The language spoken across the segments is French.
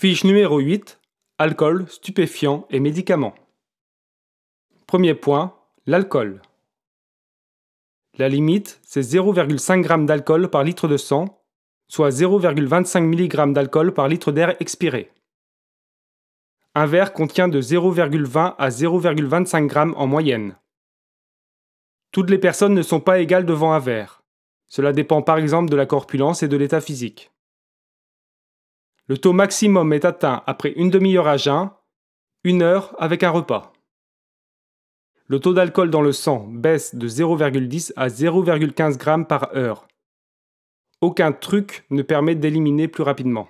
Fiche numéro 8. Alcool, stupéfiants et médicaments. Premier point, l'alcool. La limite, c'est 0,5 g d'alcool par litre de sang, soit 0,25 mg d'alcool par litre d'air expiré. Un verre contient de 0,20 à 0,25 g en moyenne. Toutes les personnes ne sont pas égales devant un verre. Cela dépend par exemple de la corpulence et de l'état physique. Le taux maximum est atteint après une demi-heure à jeun, 1 heure avec un repas. Le taux d'alcool dans le sang baisse de 0,10 à 0,15 g par heure. Aucun truc ne permet d'éliminer plus rapidement.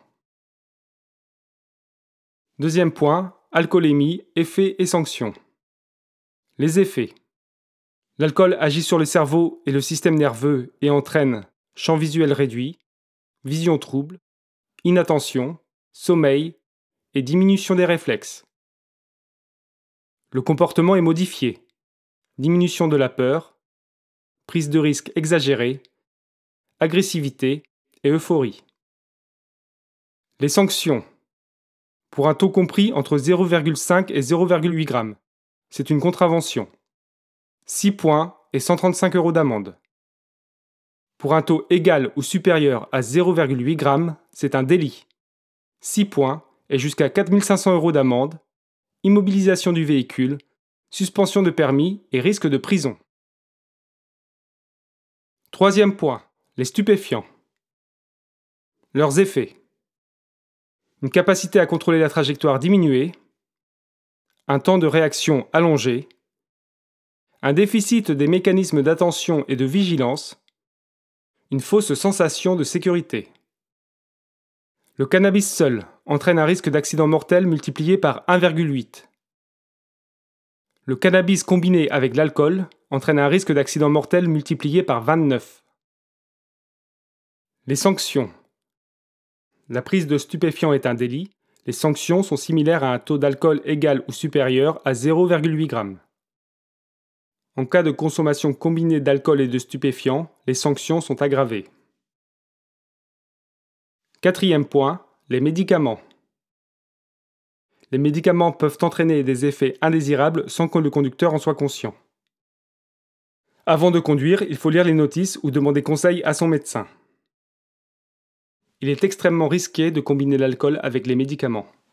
Deuxième point, alcoolémie, effets et sanctions. Les effets. L'alcool agit sur le cerveau et le système nerveux et entraîne champ visuel réduit, vision trouble, inattention, sommeil et diminution des réflexes. Le comportement est modifié. Diminution de la peur, prise de risque exagérée, agressivité et euphorie. Les sanctions. Pour un taux compris entre 0,5 et 0,8 g. C'est une contravention. 6 points et 135 € d'amende. Pour un taux égal ou supérieur à 0,8 g, c'est un délit. 6 points et jusqu'à 4 500 € d'amende, immobilisation du véhicule, suspension de permis et risque de prison. Troisième point, les stupéfiants. Leurs effets. Une capacité à contrôler la trajectoire diminuée, un temps de réaction allongé, un déficit des mécanismes d'attention et de vigilance, une fausse sensation de sécurité. Le cannabis seul entraîne un risque d'accident mortel multiplié par 1,8. Le cannabis combiné avec l'alcool entraîne un risque d'accident mortel multiplié par 29. Les sanctions. La prise de stupéfiants est un délit. Les sanctions sont similaires à un taux d'alcool égal ou supérieur à 0,8 g. En cas de consommation combinée d'alcool et de stupéfiants, les sanctions sont aggravées. Quatrième point, les médicaments. Les médicaments peuvent entraîner des effets indésirables sans que le conducteur en soit conscient. Avant de conduire, il faut lire les notices ou demander conseil à son médecin. Il est extrêmement risqué de combiner l'alcool avec les médicaments.